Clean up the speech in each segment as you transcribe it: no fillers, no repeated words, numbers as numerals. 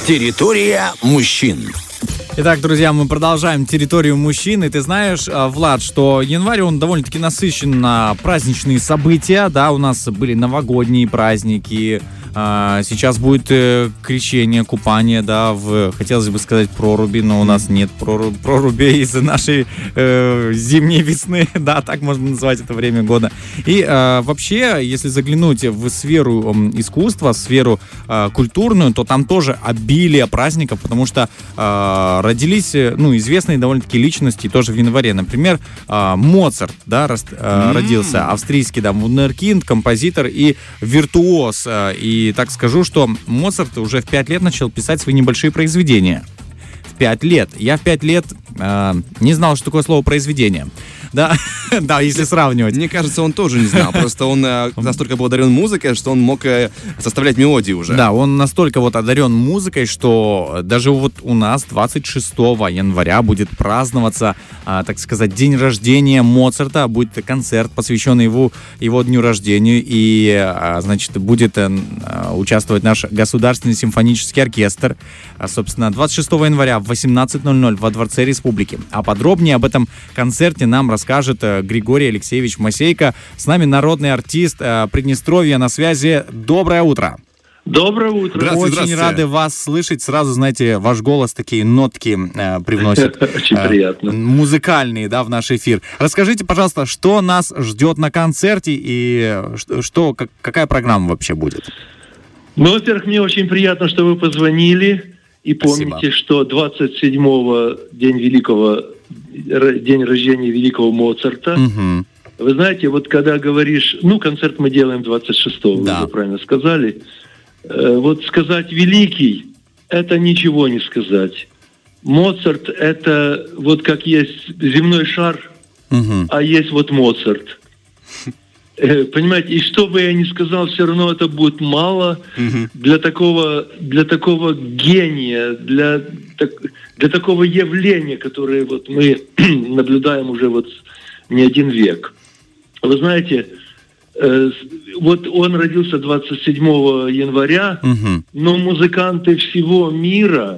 Территория мужчин. Итак, друзья, мы продолжаем территорию мужчин. И ты знаешь, Влад, что январь, он довольно-таки насыщен на праздничные события. Да, у нас были новогодние праздники. Сейчас будет крещение, купание, да, хотелось бы сказать, проруби, но у нас нет проруби из-за нашей зимней весны, да, так можно назвать это время года. И вообще, если заглянуть в сферу искусства, сферу культурную, то там тоже обилие праздников, потому что родились, известные довольно-таки личности тоже в январе. Например, Моцарт, да, родился, австрийский, да, вундеркинд, композитор и виртуоз. И так скажу, что Моцарт уже в 5 лет начал писать свои небольшие произведения. В 5 лет. Я в 5 лет не знал, что такое слово «произведение». Да, да, если сравнивать. Мне кажется, он тоже не знал. Просто он настолько был одарен музыкой, что он мог составлять мелодии уже. Да, он настолько вот одарен музыкой, что даже вот у нас 26 января будет праздноваться, так сказать, день рождения Моцарта. Будет концерт, посвященный его дню рождения. И, значит, будет участвовать наш Государственный симфонический оркестр. Собственно, 26 января в 18:00 во Дворце Республики. А подробнее об этом концерте нам расскажет Григорий Алексеевич Масейко. С нами народный артист Приднестровья на связи. Доброе утро. Доброе утро. Очень рады вас слышать. Сразу, знаете, ваш голос такие нотки привносит. Очень приятно. Музыкальные, да, в наш эфир. Расскажите, пожалуйста, что нас ждет на концерте и какая программа вообще будет? Во-первых, мне очень приятно, что вы позвонили. И помните, Спасибо. что 27-го день рождения великого Моцарта. Угу. Вы знаете, вот когда говоришь, концерт мы делаем 26-го, да. Вы правильно сказали. Вот сказать «великий» — это ничего не сказать. Моцарт — это вот как есть земной шар, а есть вот Моцарт. Понимаете, и что бы я ни сказал, все равно это будет мало для такого гения, для такого явления, которое вот мы наблюдаем уже вот не один век. Вы знаете, вот он родился 27 января, но музыканты всего мира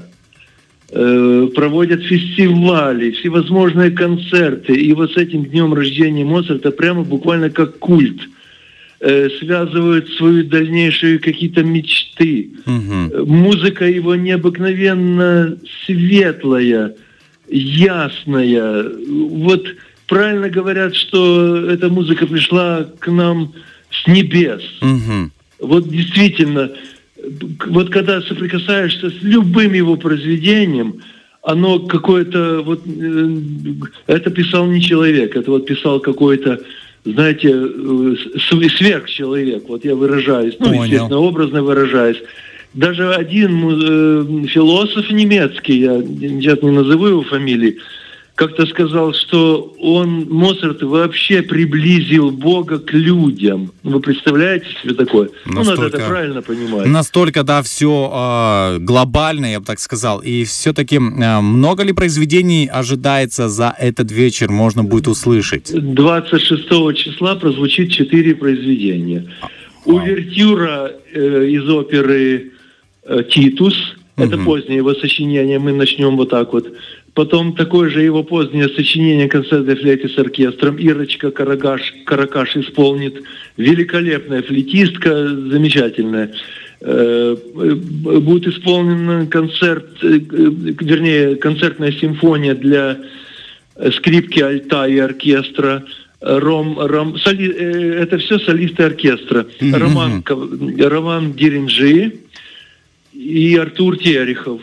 проводят фестивали, всевозможные концерты. И вот с этим днем рождения Моцарта прямо буквально как культ связывают свою дальнейшие какие-то мечты. Музыка его необыкновенно светлая, ясная. Вот правильно говорят, что эта музыка пришла к нам с небес. Вот действительно... Вот когда соприкасаешься с любым его произведением, оно какое-то, это писал не человек, это вот писал какой-то, знаете, сверхчеловек, вот я выражаюсь, естественно, образно выражаюсь. Даже один философ немецкий, я сейчас не назову его фамилии, как-то сказал, что Моцарт вообще приблизил Бога к людям. Вы представляете себе такое? Надо это правильно понимать. Настолько, да, все глобально, я бы так сказал. И все-таки много ли произведений ожидается за этот вечер, можно будет услышать? 26 числа прозвучит 4 произведения. Увертюра из оперы «Титус». Это позднее его сочинение, мы начнем вот так вот. Потом такое же его позднее сочинение «Концерт для флейты с оркестром». Ирочка Каракаш исполнит. Великолепная флейтистка, замечательная. Будет исполнен концертная симфония для скрипки, альта и оркестра. Это все солисты оркестра. Роман Деренджи и Артур Терехов.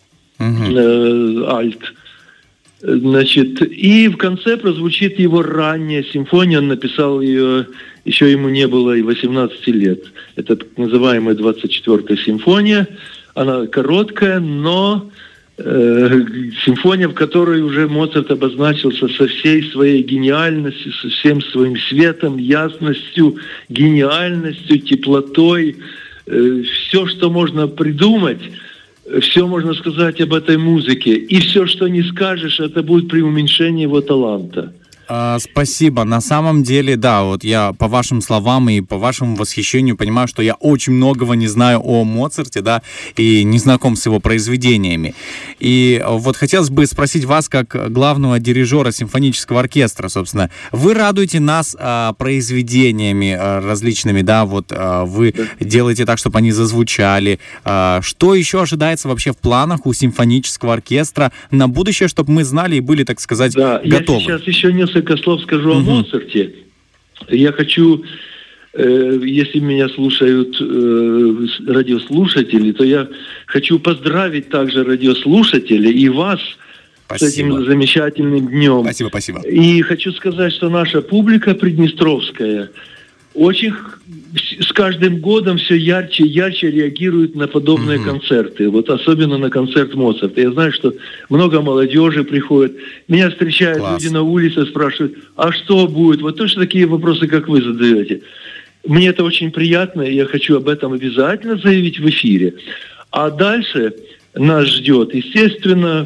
Альт. Значит, и в конце прозвучит его ранняя симфония. Он написал ее, еще ему не было и 18 лет. Это так называемая 24-я симфония. Она короткая, но симфония, в которой уже Моцарт обозначился со всей своей гениальностью, со всем своим светом, ясностью, гениальностью, теплотой. Все, что можно придумать, все можно сказать об этой музыке. И все, что не скажешь, это будет преуменьшение его таланта. Спасибо. На самом деле, да, вот я по вашим словам и по вашему восхищению понимаю, что я очень многого не знаю о Моцарте, да, и не знаком с его произведениями. И вот хотелось бы спросить вас, как главного дирижера симфонического оркестра, собственно, вы радуете нас произведениями различными, да, вот вы делаете так, чтобы они зазвучали. Что еще ожидается вообще в планах у симфонического оркестра на будущее, чтобы мы знали и были, так сказать, готовы? Я сейчас еще несколько слов скажу о Моцарте. Я хочу, если меня слушают радиослушатели, то я хочу поздравить также радиослушателей и вас с этим замечательным днем. Спасибо. И хочу сказать, что наша публика приднестровская очень с каждым годом все ярче и ярче реагирует на подобные концерты. Вот особенно на концерт Моцарта. Я знаю, что много молодежи приходит. Меня встречают люди на улице, спрашивают, а что будет? Вот точно такие вопросы, как вы задаете. Мне это очень приятно, и я хочу об этом обязательно заявить в эфире. А дальше нас ждет, естественно,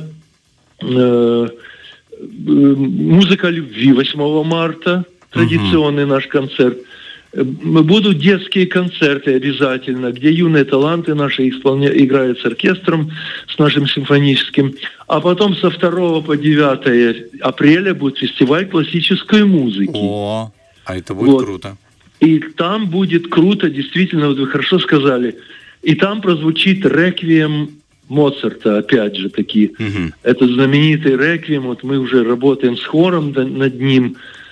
музыка любви 8 марта, традиционный наш концерт. Будут детские концерты обязательно, где юные таланты наши играют с оркестром, с нашим симфоническим. А потом со 2 по 9 апреля будет фестиваль классической музыки. О, а это будет круто. И там будет круто, действительно, вот вы хорошо сказали. И там прозвучит реквием Моцарта, опять же таки. Этот знаменитый реквием, вот мы уже работаем с хором над ним.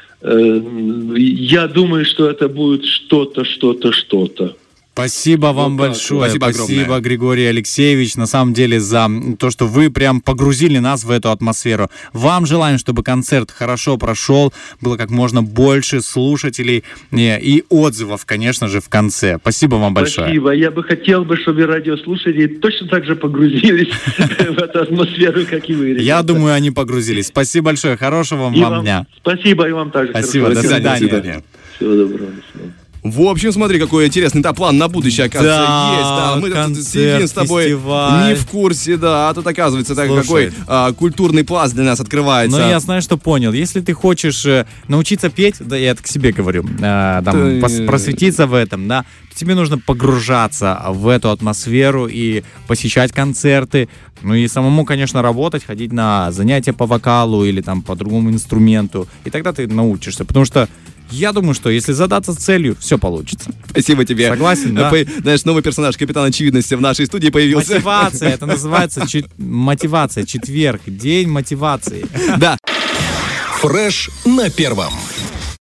Я думаю, что это будет что-то. Спасибо вам большое. Спасибо, Григорий Алексеевич, на самом деле, за то, что вы прям погрузили нас в эту атмосферу. Вам желаем, чтобы концерт хорошо прошел, было как можно больше слушателей и отзывов, конечно же, в конце. Спасибо вам большое. Спасибо. Я бы хотел, чтобы радиослушатели точно так же погрузились в эту атмосферу, как и вы, ребята. Я думаю, они погрузились. Спасибо большое. Хорошего вам дня. Спасибо, и вам также. Спасибо. До свидания. Всего доброго. В общем, смотри, какой интересный план на будущее, оказывается, есть. Да, мы тут сидим с тобой фестиваль. Не в курсе, да, а тут, оказывается, какой культурный пласт для нас открывается. Ну, я, знаешь, что понял. Если ты хочешь научиться петь, да, я это к себе говорю, просветиться в этом, да, то тебе нужно погружаться в эту атмосферу и посещать концерты, ну и самому, конечно, работать, ходить на занятия по вокалу или там по другому инструменту, и тогда ты научишься, потому что я думаю, что если задаться целью, все получится. Спасибо тебе. Согласен, да? Знаешь, новый персонаж Капитан Очевидности в нашей студии появился. Мотивация, это называется мотивация. Четверг, день мотивации. Да. Фреш на первом.